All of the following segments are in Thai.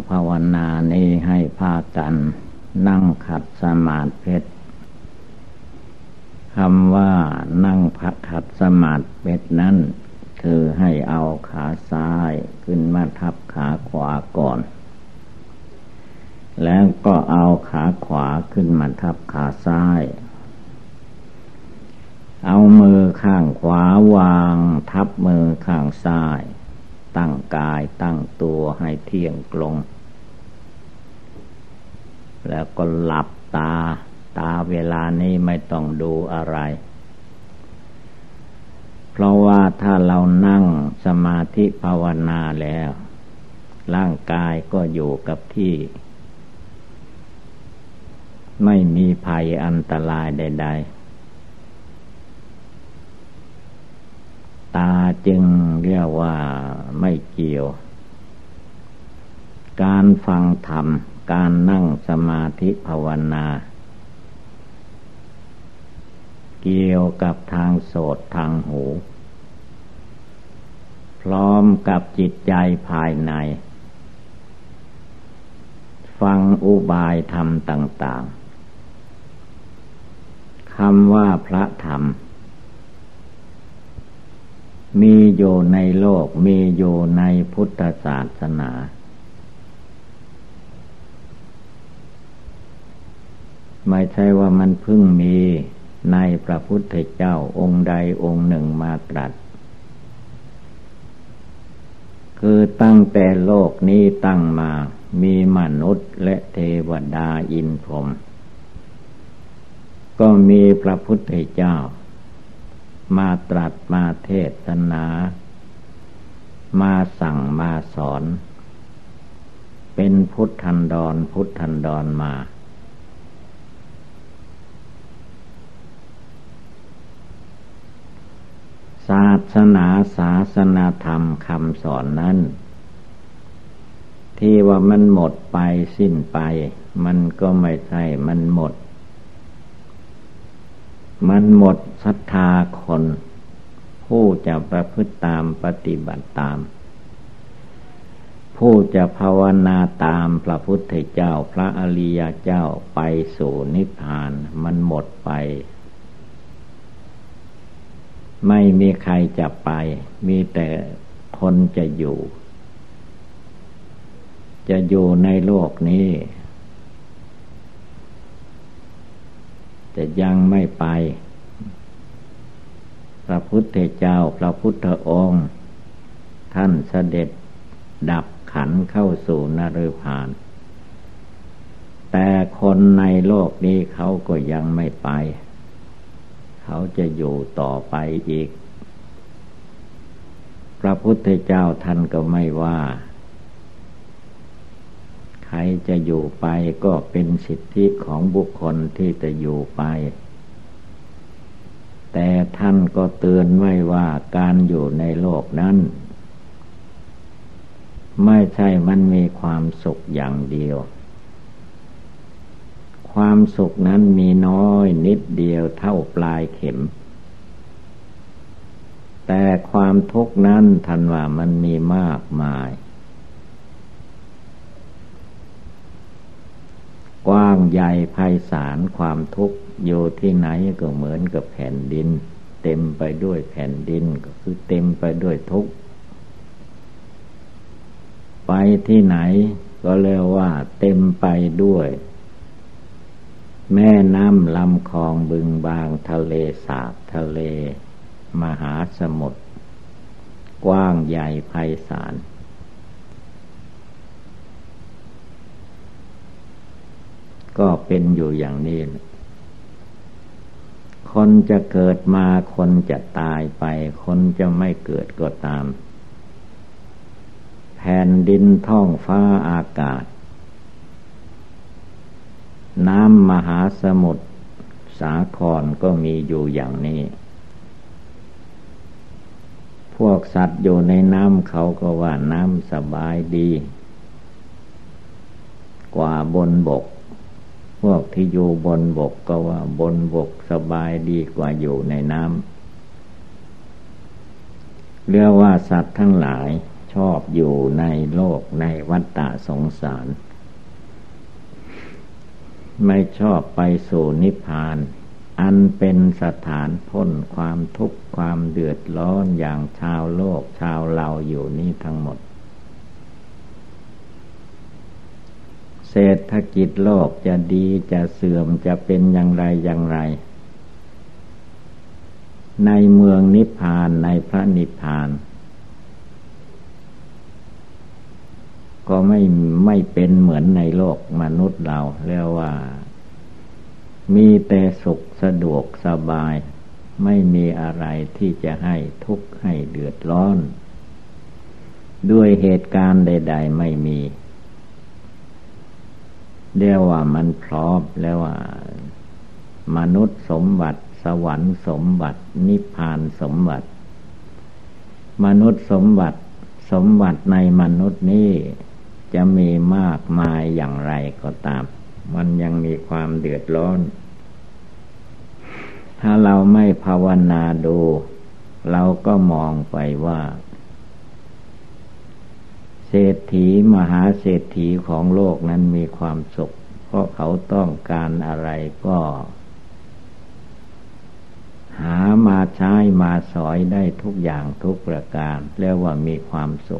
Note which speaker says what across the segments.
Speaker 1: ภาวนานี้ให้พากันนั่งขัดสมาธิคำว่านั่งพักขัดสมาธินั้นคือให้เอาขาซ้ายขึ้นมาทับขาขวาก่อนแล้วก็เอาขาขวาขึ้นมาทับขาซ้ายเอามือข้างขวาวางทับมือข้างซ้ายตั้งกายตั้งตัวให้เที่ยงตรงแล้วก็หลับตาเวลานี้ไม่ต้องดูอะไรเพราะว่าถ้าเรานั่งสมาธิภาวนาแล้วร่างกายก็อยู่กับที่ไม่มีภัยอันตรายใดๆตาจึงเรียกว่าไม่เกี่ยวการฟังธรรมการนั่งสมาธิภาวนาเกี่ยวกับทางโสตทางหูพร้อมกับจิตใจภายในฟังอุบายธรรมต่างๆคำว่าพระธรรมมีอยู่ในโลกมีอยู่ในพุทธศาสนาไม่ใช่ว่ามันเพิ่งมีในพระพุทธเจ้าองค์ใดองค์หนึ่งมาตรัสคือตั้งแต่โลกนี้ตั้งมามีมนุษย์และเทวดาอินทร์พรหมก็มีพระพุทธเจ้ามาตรัสมาเทศนามาสั่งมาสอนเป็นพุทธันดรมาศาสนาธรรมคำสอนนั้นที่ว่ามันหมดไปสิ้นไปมันก็ไม่ใช่มันหมดศรัทธาคนผู้จะประพฤติตามปฏิบัติตามผู้จะภาวนาตามพระพุทธเจ้าพระอริยเจ้าไปสู่นิพพานมันหมดไปไม่มีใครจะไปมีแต่คนจะอยู่ในโลกนี้แต่ยังไม่ไปพระพุทธเจ้าพระพุทธองค์ท่านเสด็จดับขันธ์เข้าสู่นรกแต่คนในโลกนี้เขาก็ยังไม่ไปเขาจะอยู่ต่อไปอีกพระพุทธเจ้าท่านก็ไม่ว่าใครจะอยู่ไปก็เป็นสิทธิของบุคคลที่จะอยู่ไปแต่ท่านก็เตือนไว้ว่าการอยู่ในโลกนั้นไม่ใช่มันมีความสุขอย่างเดียวความสุขนั้นมีน้อยนิดเดียวเท่าปลายเข็มแต่ความทุกข์นั้นท่านว่ามันมีมากมายกว้างใหญ่ไพศาลความทุกข์อยู่ที่ไหนก็เหมือนกับแผ่นดินเต็มไปด้วยแผ่นดินก็คือเต็มไปด้วยทุกข์ไปที่ไหนก็เรียกว่าเต็มไปด้วยแม่น้ำลำคลองบึงบางทะเลสาบทะเลมหาสมุทรกว้างใหญ่ไพศาลก็เป็นอยู่อย่างนี้คนจะเกิดมาคนจะตายไปคนจะไม่เกิดก็ตามแผ่นดินท้องฟ้าอากาศน้ำมหาสมุทรสาครก็มีอยู่อย่างนี้พวกสัตว์อยู่ในน้ำเขาก็ว่าน้ำสบายดีกว่าบนบกพวกที่อยู่บนบกก็ว่าบนบกสบายดีกว่าอยู่ในน้ำเรียกว่าสัตว์ทั้งหลายชชอบอยู่ในโลกในวัฏฏะสงสารไม่ชอบไปสู่นิพพานอันเป็นสถานพ้นความทุกข์ความเดือดร้อนอย่างชาวโลกชาวเราอยู่นี้ทั้งหมดเศรษฐกิจโลกจะดีจะเสื่อมจะเป็นอย่างไรอย่างไรในเมืองนิพพานในพระนิพพานก็ไม่เป็นเหมือนในโลกมนุษย์เราเรียกว่ามีแต่สุขสะดวกสบายไม่มีอะไรที่จะให้ทุกข์ให้เดือดร้อนด้วยเหตุการณ์ใดๆไม่มีเรียกว่ามันพร้อมแล้วว่ามนุษย์สมบัติสวรรค์สมบัตินิพพานสมบัติมนุษย์สมบัติในมนุษย์นี้จะมีมากมายอย่างไรก็ตามมันยังมีความเดือดร้อนถ้าเราไม่ภาวนาดูเราก็มองไปว่าเศรษฐีมหาเศรษฐีของโลกนั้นมีความสุขเพราะเขาต้องการอะไรก็หามาใช้มาสอยได้ทุกอย่างทุกประการเรียกว่ามีความสุข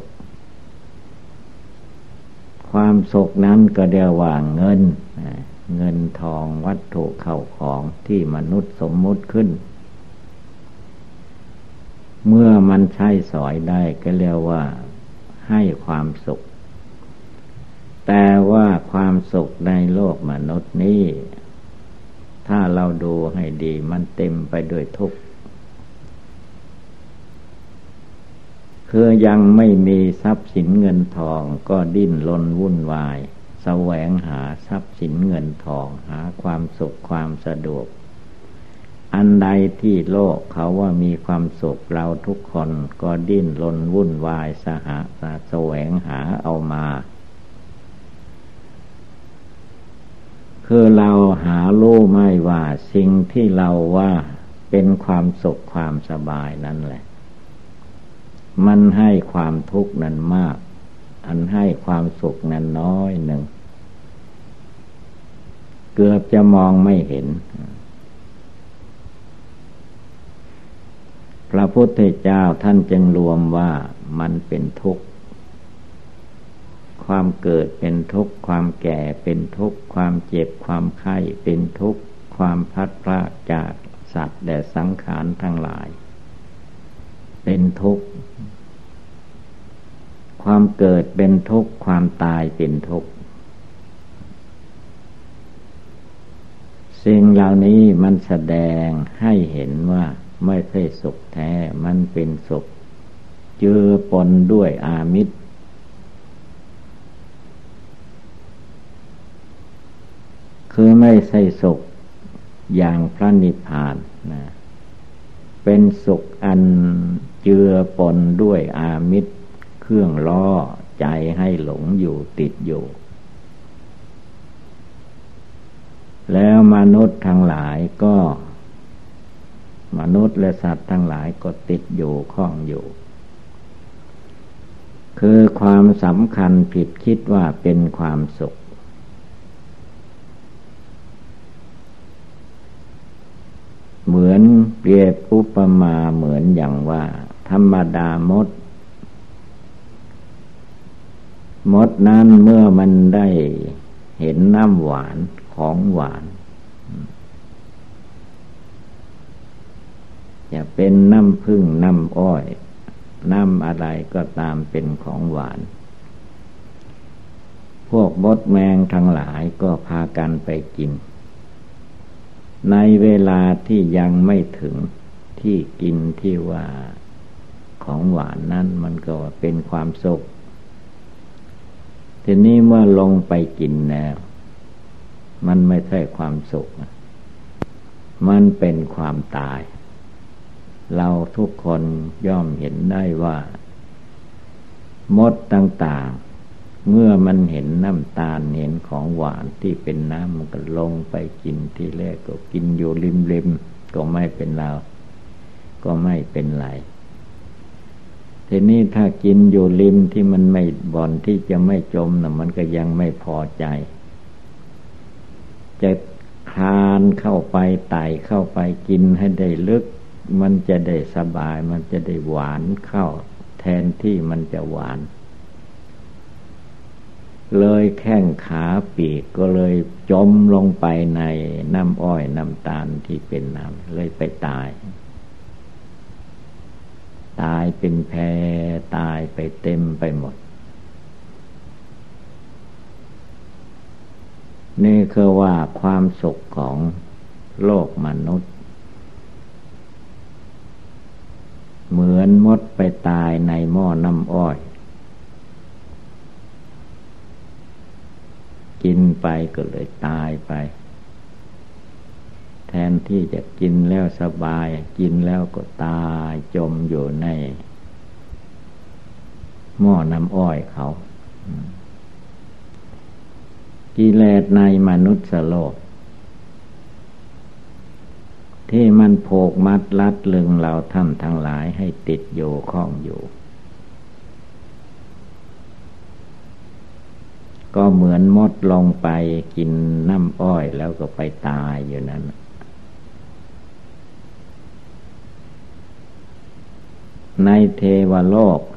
Speaker 1: ความสุขนั้นก็เรียกว่าเงินทองวัตถุเข้าของที่มนุษย์สมมุติขึ้นเมื่อมันใช้สอยได้ก็เรียกว่าให้ความสุขแต่ว่าความสุขในโลกมนุษย์นี้ถ้าเราดูให้ดีมันเต็มไปด้วยทุกข์คือยังไม่มีทรัพย์สินเงินทองก็ดิ้นรนวุ่นวายแสวงหาทรัพย์สินเงินทองหาความสุขความสะดวกอันใดที่โลกเขาว่ามีความสุขเราทุกคนก็ดิ้นรนวุ่นวายแสวงหาเอามาคือเราหารู้ไม่ว่าสิ่งที่เราว่าเป็นความสุขความสบายนั่นแหละมันให้ความทุกข์นั้นมากอันให้ความสุขนั้นน้อยหนึ่งเกือบจะมองไม่เห็นพระพุทธเจ้าท่านจึงรวมว่ามันเป็นทุกข์ความเกิดเป็นทุกข์ความแก่เป็นทุกข์ความเจ็บความไข้เป็นทุกข์ความพลัดพรากจากสัตว์และสังขารทั้งหลายเป็นทุกข์ความเกิดเป็นทุกข์ความตายเป็นทุกข์สิ่งเหล่านี้มันแสดงให้เห็นว่าไม่ใช่สุขแท้มันเป็นสุขเจือปนด้วยอามิตรคือไม่ใช่สุขอย่างพระนิพพานนะเป็นสุขอันเจือปนด้วยอามิตรเครื่องล่อใจให้หลงอยู่ติดอยู่แล้วมนุษย์ทั้งหลายก็มนุษย์และสัตว์ทั้งหลายก็ติดอยู่ข้องอยู่คือความสำคัญผิดคิดว่าเป็นความสุขเหมือนเปรียบอุปมาเหมือนอย่างว่าธรรมดามดนั้นเมื่อมันได้เห็นน้ำหวานของหวานจะเป็นน้ำผึ้งน้ำอ้อยน้ำอะไรก็ตามเป็นของหวานพวกมดแมงทั้งหลายก็พากันไปกินในเวลาที่ยังไม่ถึงที่กินที่ว่าของหวานนั้นมันก็เป็นความสุขทีนี้เมื่อลงไปกินแล้วมันไม่ใช่ความสุขมันเป็นความตายเราทุกคนย่อมเห็นได้ว่ามดต่างๆเมื่อมันเห็นน้ำตาลเห็นของหวานที่เป็นน้ำมันก็ลงไปกินทีแรกก็กินอยู่ริมๆก็ไม่เป็นไรทีนี้ถ้ากินอยู่ริมที่มันไม่บ่อนที่จะไม่จมนะมันก็ยังไม่พอใจจะคลานเข้าไปไต่เข้าไปกินให้ได้ลึกมันจะได้สบายมันจะได้หวานเข้าแทนที่มันจะหวานเลยแข้งขาปีกก็เลยจมลงไปในน้ำอ้อยน้ำตาลที่เป็นน้ำเลยไปตายเป็นแพตายไปเต็มไปหมดนี่คือว่าความสุขของโลกมนุษย์เหมือนมดไปตายในหม้อน้ำอ้อยกินไปก็เลยตายไปแทนที่จะกินแล้วสบายกินแล้วก็ตายจมอยู่ในหม้อน้ำอ้อยเขากิเลสในมนุษย์โลกที่มันโผกมัดลัดลึงเราท่านทั้งหลายให้ติดอยู่ข้องอยู่ก็เหมือนมดลงไปกินน้ำอ้อยแล้วก็ไปตายอยู่นั้นในเทวโลก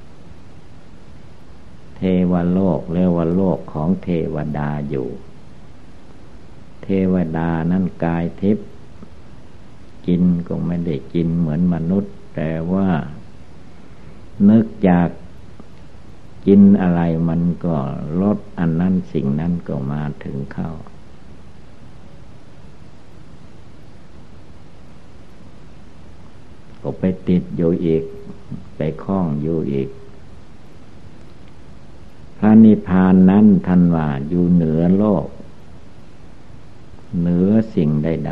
Speaker 1: เรียกว่าโลกของเทวดาอยู่เทวดานั้นกายทิพย์กินก็ไม่ได้กินเหมือนมนุษย์แต่ว่านึกอยากกินอะไรมันก็ลดอันนั้นสิ่งนั้นก็มาถึงเข้าก็ไปติดอยู่อีกไปคล้องอยู่อีกพระนิพพานนั้นท่านว่าอยู่เหนือโลกเหนือสิ่งใด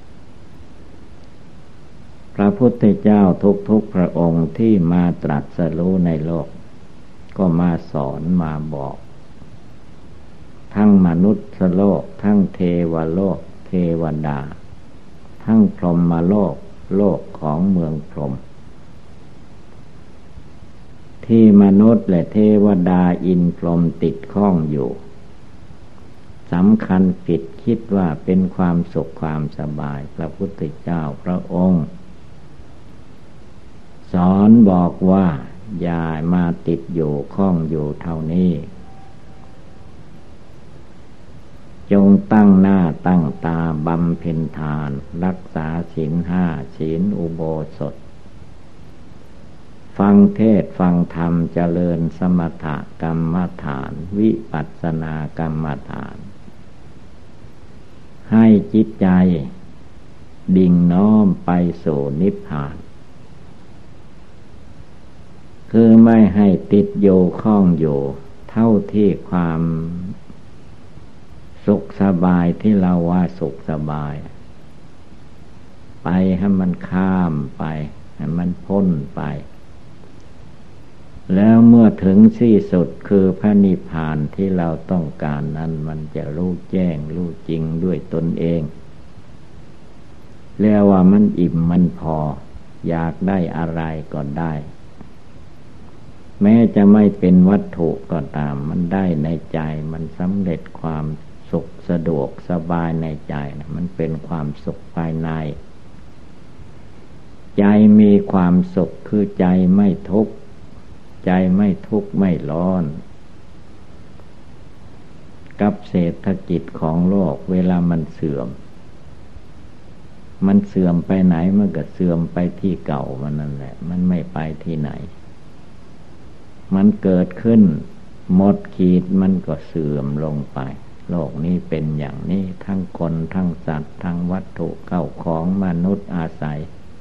Speaker 1: ๆพระพุทธเจ้าทุกพระองค์ที่มาตรัสรู้ในโลกก็มาสอนมาบอกทั้งมนุษย์โลกทั้งเทวโลกเทวดาทั้งพรหมโลกโลกของเมืองพรหมที่มนุษย์และเทวดาอินทร์พรหมติดข้องอยู่สำคัญผิดคิดว่าเป็นความสุขความสบายพระพุทธเจ้าพระองค์สอนบอกว่าอย่ามาติดอยู่ข้องอยู่เท่านี้จงตั้งหน้าตั้งตาบำเพ็ญทานรักษาศีลห้าศีลอุโบสถฟังเทศฟังธรรมเจริญสมถกรรมฐานวิปัสสนากรรมฐานให้จิตใจดิ่งน้อมไปสู่นิพพานคือไม่ให้ติดโยข้องอยู่เท่าที่ความสุขสบายที่เราว่าสุขสบายไปให้มันข้ามไปให้มันพ้นไปแล้วเมื่อถึงที่สุดคือพระนิพพานที่เราต้องการนั้นมันจะรู้แจ้งรู้จริงด้วยตนเองแล้วว่ามันอิ่มมันพออยากได้อะไรก็ได้แม้จะไม่เป็นวัตถุก็ตามมันได้ในใจมันสำเร็จความสุขสะดวกสบายในใจนะมันเป็นความสุขภายในใจมีความสุขคือใจไม่ทุกข์ใจไม่ทุกข์ไม่ร้อนกับเศรษฐกิจของโลกเวลามันเสื่อมไปไหนมันก็เสื่อมไปที่เก่ามันนั่นแหละมันไม่ไปที่ไหนมันเกิดขึ้นหมดขีดมันก็เสื่อมลงไปโลกนี้เป็นอย่างนี้ทั้งคนทั้งสัตว์ทั้งวัตถุเข้าของมนุษย์อาศัย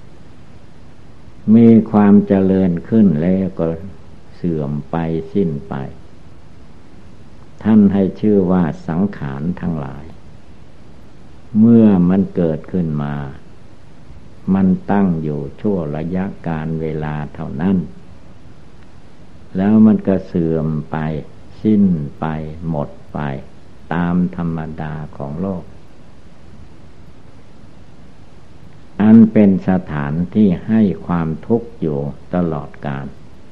Speaker 1: มีความเจริญขึ้นแล้วก็เสื่อมไปสิ้นไปท่านให้ชื่อว่าสังขารทั้งหลายเมื่อมันเกิดขึ้นมามันตั้งอยู่ชั่วระยะการเวลาเท่านั้นแล้วมันก็เสื่อมไปสิ้นไปหมดไปตามธรรมดาของโลกอันเป็นสถานที่ให้ความทุกข์อยู่ตลอดกาล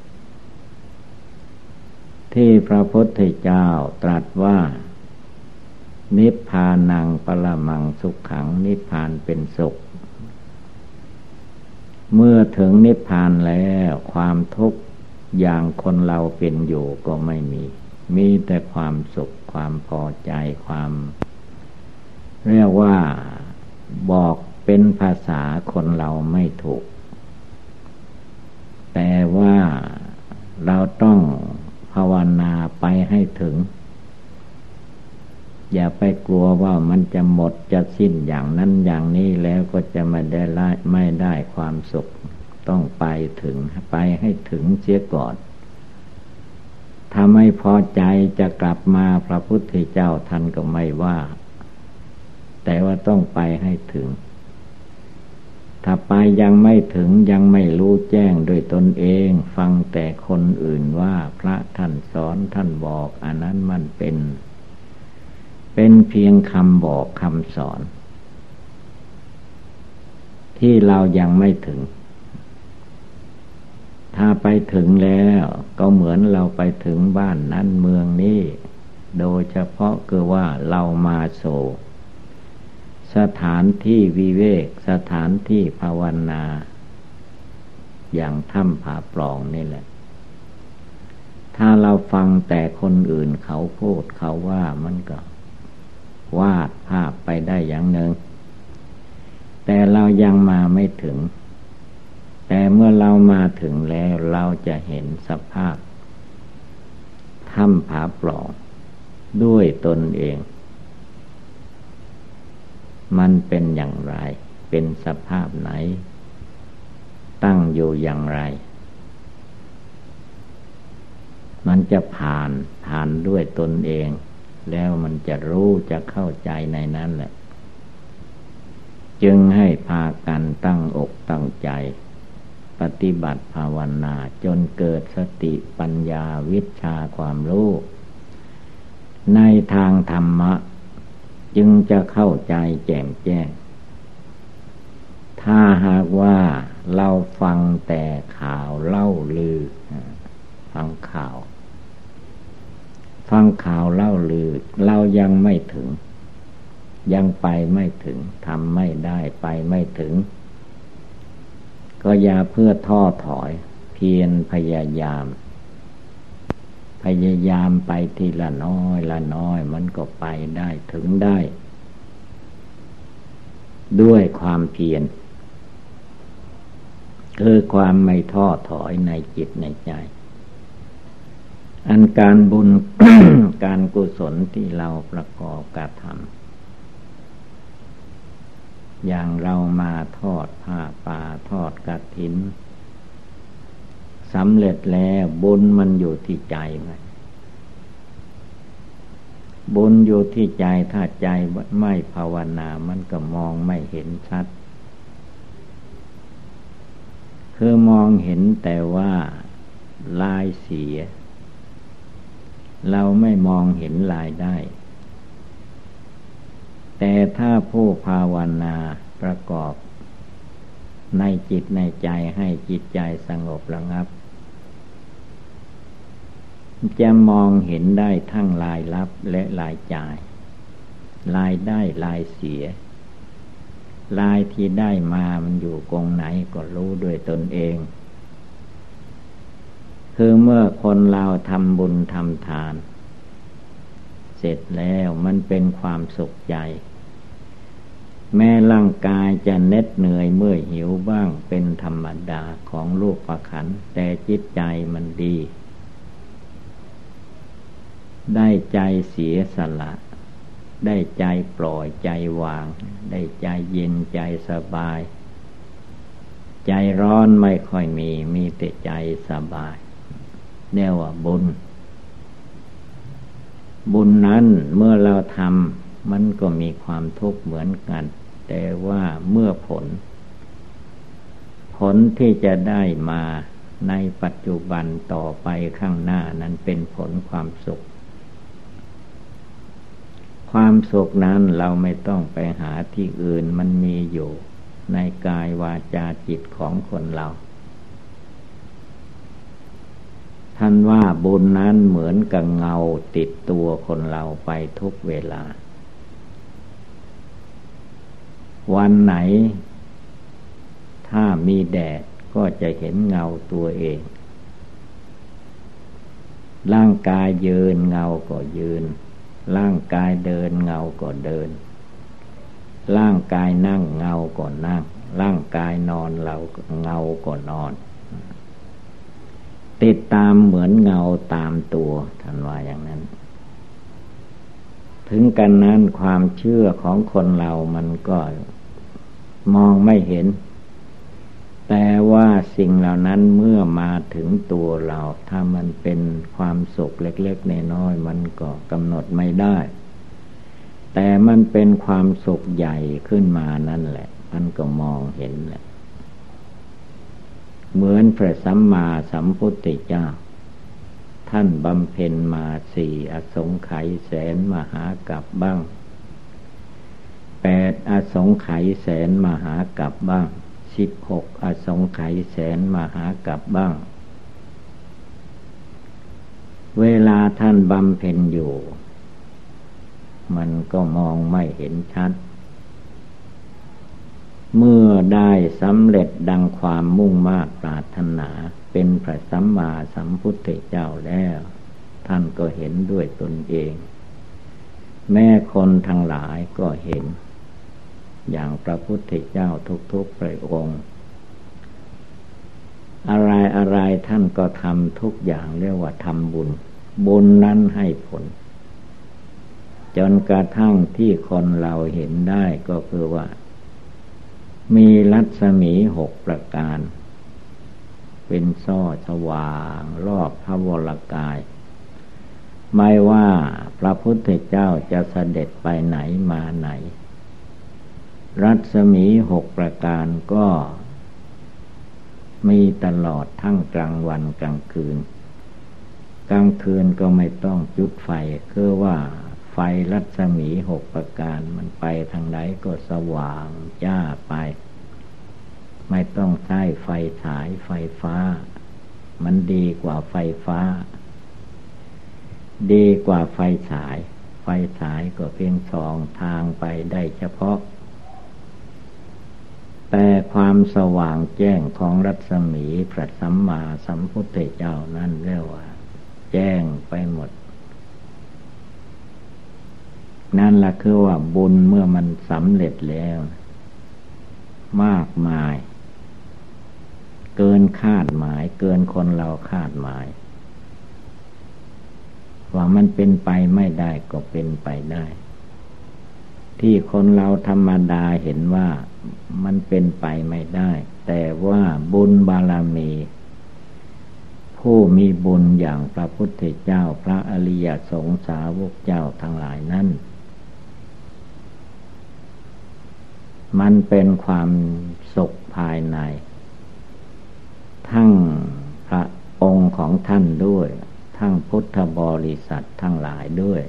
Speaker 1: ที่พระพุทธเจ้าตรัสว่านิพพานังปรมังสุขขังนิพพานเป็นสุขเมื่อถึงนิพพานแล้วความทุกข์อย่างคนเราเป็นอยู่ก็ไม่มีแต่ความสุขความพอใจความเรียกว่าบอกเป็นภาษาคนเราไม่ถูกแต่ว่าเราต้องภาวนาไปให้ถึงอย่าไปกลัวว่ามันจะหมดจะสิ้นอย่างนั้นอย่างนี้แล้วก็จะไม่ได้ความสุขต้องไปให้ถึงเสียก่อนถ้าไม่พอใจจะกลับมาพระพุทธเจ้าท่านก็ไม่ว่าแต่ว่าต้องไปให้ถึงถ้าไปยังไม่ถึงยังไม่รู้แจ้งโดยตนเองฟังแต่คนอื่นว่าพระท่านสอนท่านบอกอันนั้นมันเป็นเพียงคำบอกคำสอนที่เรายังไม่ถึงถ้าไปถึงแล้วก็เหมือนเราไปถึงบ้านนั้นเมืองนี้โดยเฉพาะคือว่าเรามาโสสถานที่วิเวกสถานที่ภาวนาอย่างถ้ำผาปล่องนี่แหละถ้าเราฟังแต่คนอื่นเขาพูดเขาว่ามันก็วาดภาพไปได้อย่างหนึ่งแต่เรายังมาไม่ถึงแต่เมื่อเรามาถึงแล้วเราจะเห็นสภาพถ้ำผาปล่องด้วยตนเองมันเป็นอย่างไรเป็นสภาพไหนตั้งอยู่อย่างไรมันจะผ่านด้วยตนเองแล้วมันจะรู้จะเข้าใจในนั้นแหละจึงให้พากันตั้งอกตั้งใจปฏิบัติภาวนาจนเกิดสติปัญญาวิชาความรู้ในทางธรรมะจึงจะเข้าใจแจ่มแจ้งถ้าหากว่าเราฟังแต่ข่าวเล่าลือฟังข่าวเล่าลือเรายังไม่ถึงยังไปไม่ถึงทำไม่ได้ไปไม่ถึงก็อย่าเพื่อท้อถอยเพียรพยายามไปทีละน้อยมันก็ไปได้ถึงได้ด้วยความเพียรคือความไม่ท้อถอยในจิตในใจอันการบุญ การกุศลที่เราประกอบกระทำอย่างเรามาทอดผ้าป่าทอดกฐินสำเร็จแล้วบุญมันอยู่ที่ใจไหมบุญอยู่ที่ใจถ้าใจไม่ภาวนามันก็มองไม่เห็นชัดคือมองเห็นแต่ว่าลายเสียเราไม่มองเห็นลายได้แต่ถ้าผู้ภาวนาประกอบในจิตในใจให้จิตใจสงบระงับจะมองเห็นได้ทั้งลายลับและลายจ่ายลายได้ลายเสียลายที่ได้มามันอยู่กองไหนก็รู้ด้วยตนเองคือเมื่อคนเราทำบุญทำทานเสร็จแล้วมันเป็นความสุขใจแม้ร่างกายจะเหน็ดเหนื่อยเมื่อยหิวบ้างเป็นธรรมดาของรูปขันธ์แต่จิตใจมันดีได้ใจเสียสละได้ใจปล่อยใจวางได้ใจเย็นใจสบายใจร้อนไม่ค่อยมีแต่ใจสบายเรียกว่าบุญนั้นเมื่อเราทำมันก็มีความทุกข์เหมือนกันแต่ว่าเมื่อผลที่จะได้มาในปัจจุบันต่อไปข้างหน้านั้นเป็นผลความสุขนั้นเราไม่ต้องไปหาที่อื่นมันมีอยู่ในกายวาจาจิตของคนเราท่านว่าบุญนั้นเหมือนกับเงาติดตัวคนเราไปทุกเวลาวันไหนถ้ามีแดดก็จะเห็นเงาตัวเองร่างกายยืนเงาก็ยืนร่างกายเดินเงาก็เดินร่างกายนั่งเงาก็นั่งร่างกายนอนเราเงาก็นอนติดตามเหมือนเงาตามตัวท่านว่าอย่างนั้นถึงกันนั้นความเชื่อของคนเรามันก็มองไม่เห็นแต่ว่าสิ่งเหล่านั้นเมื่อมาถึงตัวเราถ้ามันเป็นความสุขเล็กๆน้อยๆมันก็กำหนดไม่ได้แต่มันเป็นความสุขใหญ่ขึ้นมานั่นแหละมันก็มองเห็นแหละเหมือนพระสัมมาสัมพุทธเจ้าท่านบำเพ็ญมา4 อสงไขยแสนมหากัปบ้าง8 อสงไขยแสนมหากัปบ้าง16 อสงไขยแสนมหากัปบ้างเวลาท่านบำเพ็ญอยู่มันก็มองไม่เห็นชัดเมื่อได้สำเร็จดังความมุ่งมา่ปรารถนาเป็นพระสัมมาสัมพุทธเจ้าแล้วท่านก็เห็นด้วยตนเองแม่คนทั้งหลายก็เห็นอย่างพระพุทธเจ้าทุกๆพระองค์อะไรท่านก็ทำทุกอย่างเรียกว่าทำบุญบุญนั้นให้ผลจนกระทั่งที่คนเราเห็นได้ก็คือว่ามีรัศมี6 ประการเป็นส่อสว่างรอบพระวรกายไม่ว่าพระพุทธเจ้าจะเสด็จไปไหนมาไหนรัศมี6 ประการก็มีตลอดทั้งกลางวันกลางคืนกลางคืนก็ไม่ต้องจุดไฟคือว่าไฟรัศมี6 ประการมันไปทางไหนก็สว่างจ้าไปไม่ต้องใช้ไฟฉายไฟฟ้ามันดีกว่าไฟฟ้าดีกว่าไฟฉายไฟฉายก็เพียงส่องทางไปได้เฉพาะแต่ความสว่างแจ้งของรัศมีพระสัมมาสัมพุทธเจ้านั้นเรียกว่าแจ้งไปหมดนั่นล่ะคือว่าบุญเมื่อมันสำเร็จแล้วมากมายเกินคาดหมายเกินคนเราคาดหมายว่ามันเป็นไปไม่ได้ก็เป็นไปได้ที่คนเราธรรมดาเห็นว่ามันเป็นไปไม่ได้แต่ว่าบุญบารมีผู้มีบุญอย่างพระพุทธเจ้าพระอริยสงฆ์สาวกเจ้าทั้งหลายนั้นมันเป็นความสุขภายในทั้งพระองค์ของท่านด้วยทั้งพุทธบริษัททั้งหลายด้วย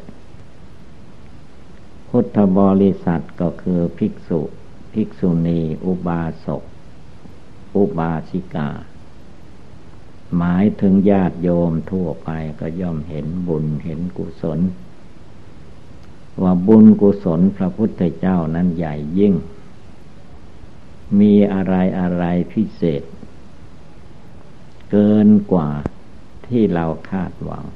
Speaker 1: พุทธบริษัทก็คือภิกษุภิกษุณีอุบาสกอุบาสิกาหมายถึงญาติโยมทั่วไปก็ย่อมเห็นบุญเห็นกุศลว่าบุญกุศลพระพุทธเจ้านั้นใหญ่ยิ่งมีอะไรพิเศษเกินกว่าที่เราคาดหวัง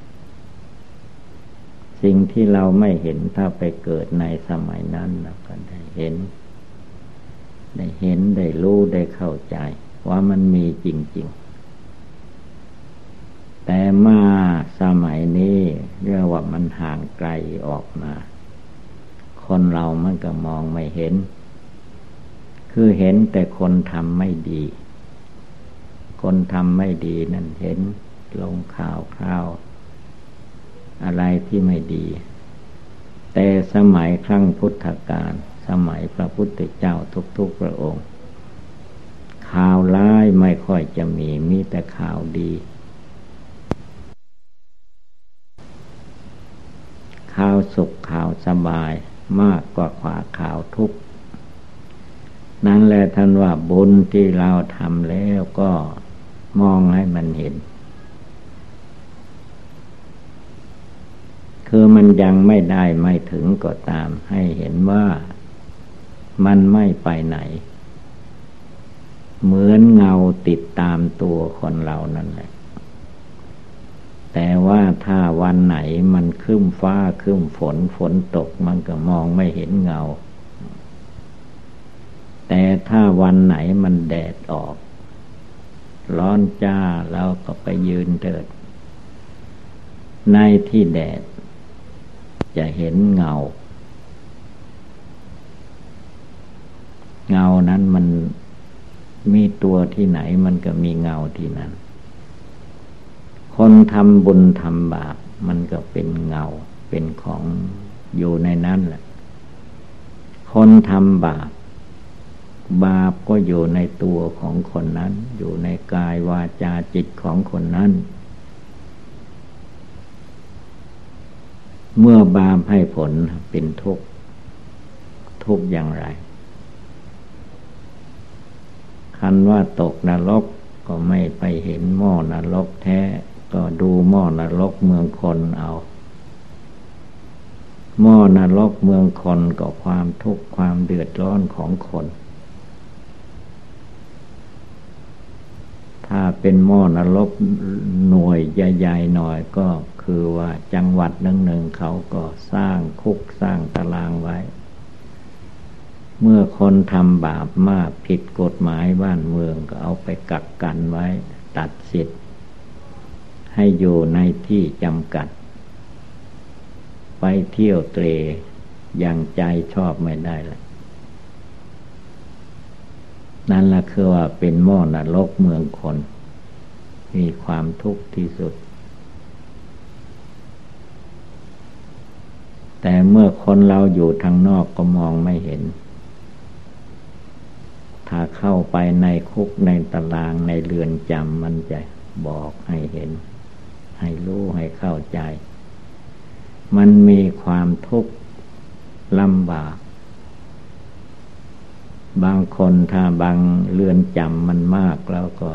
Speaker 1: สิ่งที่เราไม่เห็นถ้าไปเกิดในสมัยนั้นเราก็ได้เห็นได้รู้ได้เข้าใจว่ามันมีจริงๆแต่มาสมัยนี้เรียกว่ามันห่างไกลออกมาคนเรามันก็มองไม่เห็นคือเห็นแต่คนทำไม่ดีคนทำไม่ดีนั่นเห็นลงข่าวอะไรที่ไม่ดีแต่สมัยครั้งพุทธกาลสมัยพระพุทธเจ้าทุกๆพระองค์ข่าวร้ายไม่ค่อยจะมีแต่ข่าวดีข่าวสุขข่าวสบายมากกว่าข่าวทุกข์นั่นแหละท่านว่าบุญที่เราทำแล้วก็มองให้มันเห็นคือมันยังไม่ได้ไม่ถึงก็ตามให้เห็นว่ามันไม่ไปไหนเหมือนเงาติดตามตัวคนเรานั่นแหละแต่ว่าถ้าวันไหนมันครึ้มฟ้าครึ้มฝนตกมันก็มองไม่เห็นเงาแต่ถ้าวันไหนมันแดดออกร้อนจ้าแล้วก็ไปยืนเถิดในที่แดดจะเห็นเงานั้นมันมีตัวที่ไหนมันก็มีเงาที่นั้นคนทำบุญทำบาปมันก็เป็นเงาเป็นของอยู่ในนั้นแหละคนทำบาปก็อยู่ในตัวของคนนั้นอยู่ในกายวาจาจิตของคนนั้นเมื่อบาปให้ผลเป็นทุกข์อย่างไรคันว่าตกนรกก็ไม่ไปเห็นหม้อนรกแท้ก็ดูหม้อนรกเมืองคนเอาหม้อนรกเมืองคนก็ความทุกข์ความเดือดร้อนของคนถ้าเป็นหม้อนรกหน่วยใหญ่ๆหน่อยก็คือว่าจังหวัดหนึ่งเขาก็สร้างคุกสร้างตารางไว้เมื่อคนทำบาปมากผิดกฎหมายบ้านเมืองก็เอาไปกักกันไว้ตัดสิทธิ์ให้อยู่ในที่จำกัดไปเที่ยวเตร่อย่างใจชอบไม่ได้ละนั่นละคือว่าเป็นหม้อนรกเมืองคนมีความทุกข์ที่สุดแต่เมื่อคนเราอยู่ทางนอกก็มองไม่เห็นถ้าเข้าไปในคุกในตารางในเรือนจำมันจะบอกให้เห็นให้รู้ให้เข้าใจมันมีความทุกข์ลำบากบางคนถ้าบางเรือนจำมันมากแล้วก็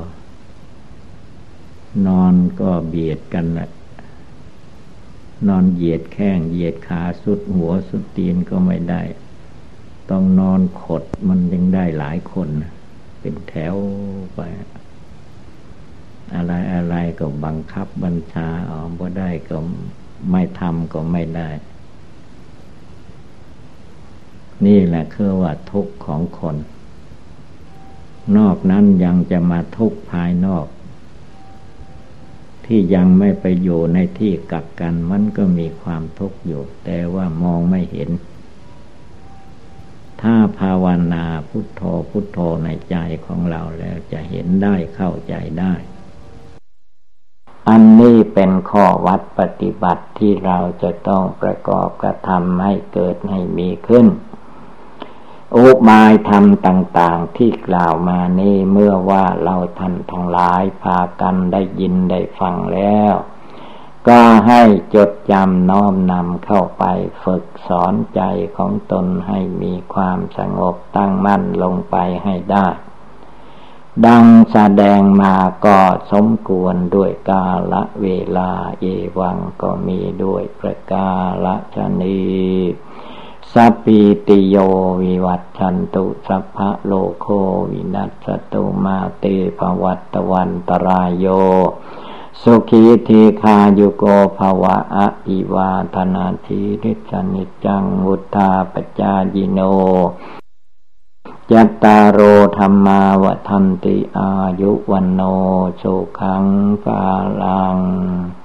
Speaker 1: นอนก็เบียดกันแหละนอนเหยียดแข้งเหยียดขาสุดหัวสุดตีนก็ไม่ได้ต้องนอนขดมันยังได้หลายคนเป็นแถวไปอะไรก็บังคับบัญชาบ่ได้ก็ไม่ทำก็ไม่ได้นี่แหละคือว่าทุกข์ของคนนอกนั้นยังจะมาทุกข์ภายนอกที่ยังไม่ไปอยู่ในที่กักกันมันก็มีความทุกข์อยู่แต่ว่ามองไม่เห็นถ้าภาวนาพุทโธพุทโธในใจของเราแล้วจะเห็นได้เข้าใจได้อันนี้เป็นข้อวัดปฏิบัติที่เราจะต้องประกอบกระทำให้เกิดให้มีขึ้นอุบายธรรมต่างๆที่กล่าวมานี้เมื่อว่าเราท่านทั้งหลายพากันได้ยินได้ฟังแล้วก็ให้จดจำน้อมนำเข้าไปฝึกสอนใจของตนให้มีความสงบตั้งมั่นลงไปให้ได้ดังแสดงมาก็สมควรด้วยกาลเวลาเอวังก็มีด้วยประกาศนีสัพพิติโยวิวัตชันตุสัพพะโลกโควินัสสตุมาเตภวัตวันตรายโยสุขีทีคายุโกภวะอภิวาทนาทีริสนิจจังวุธาปจายิโนจัตตารโอธรรมาวทันติอายุวันโนสุขังภาลัง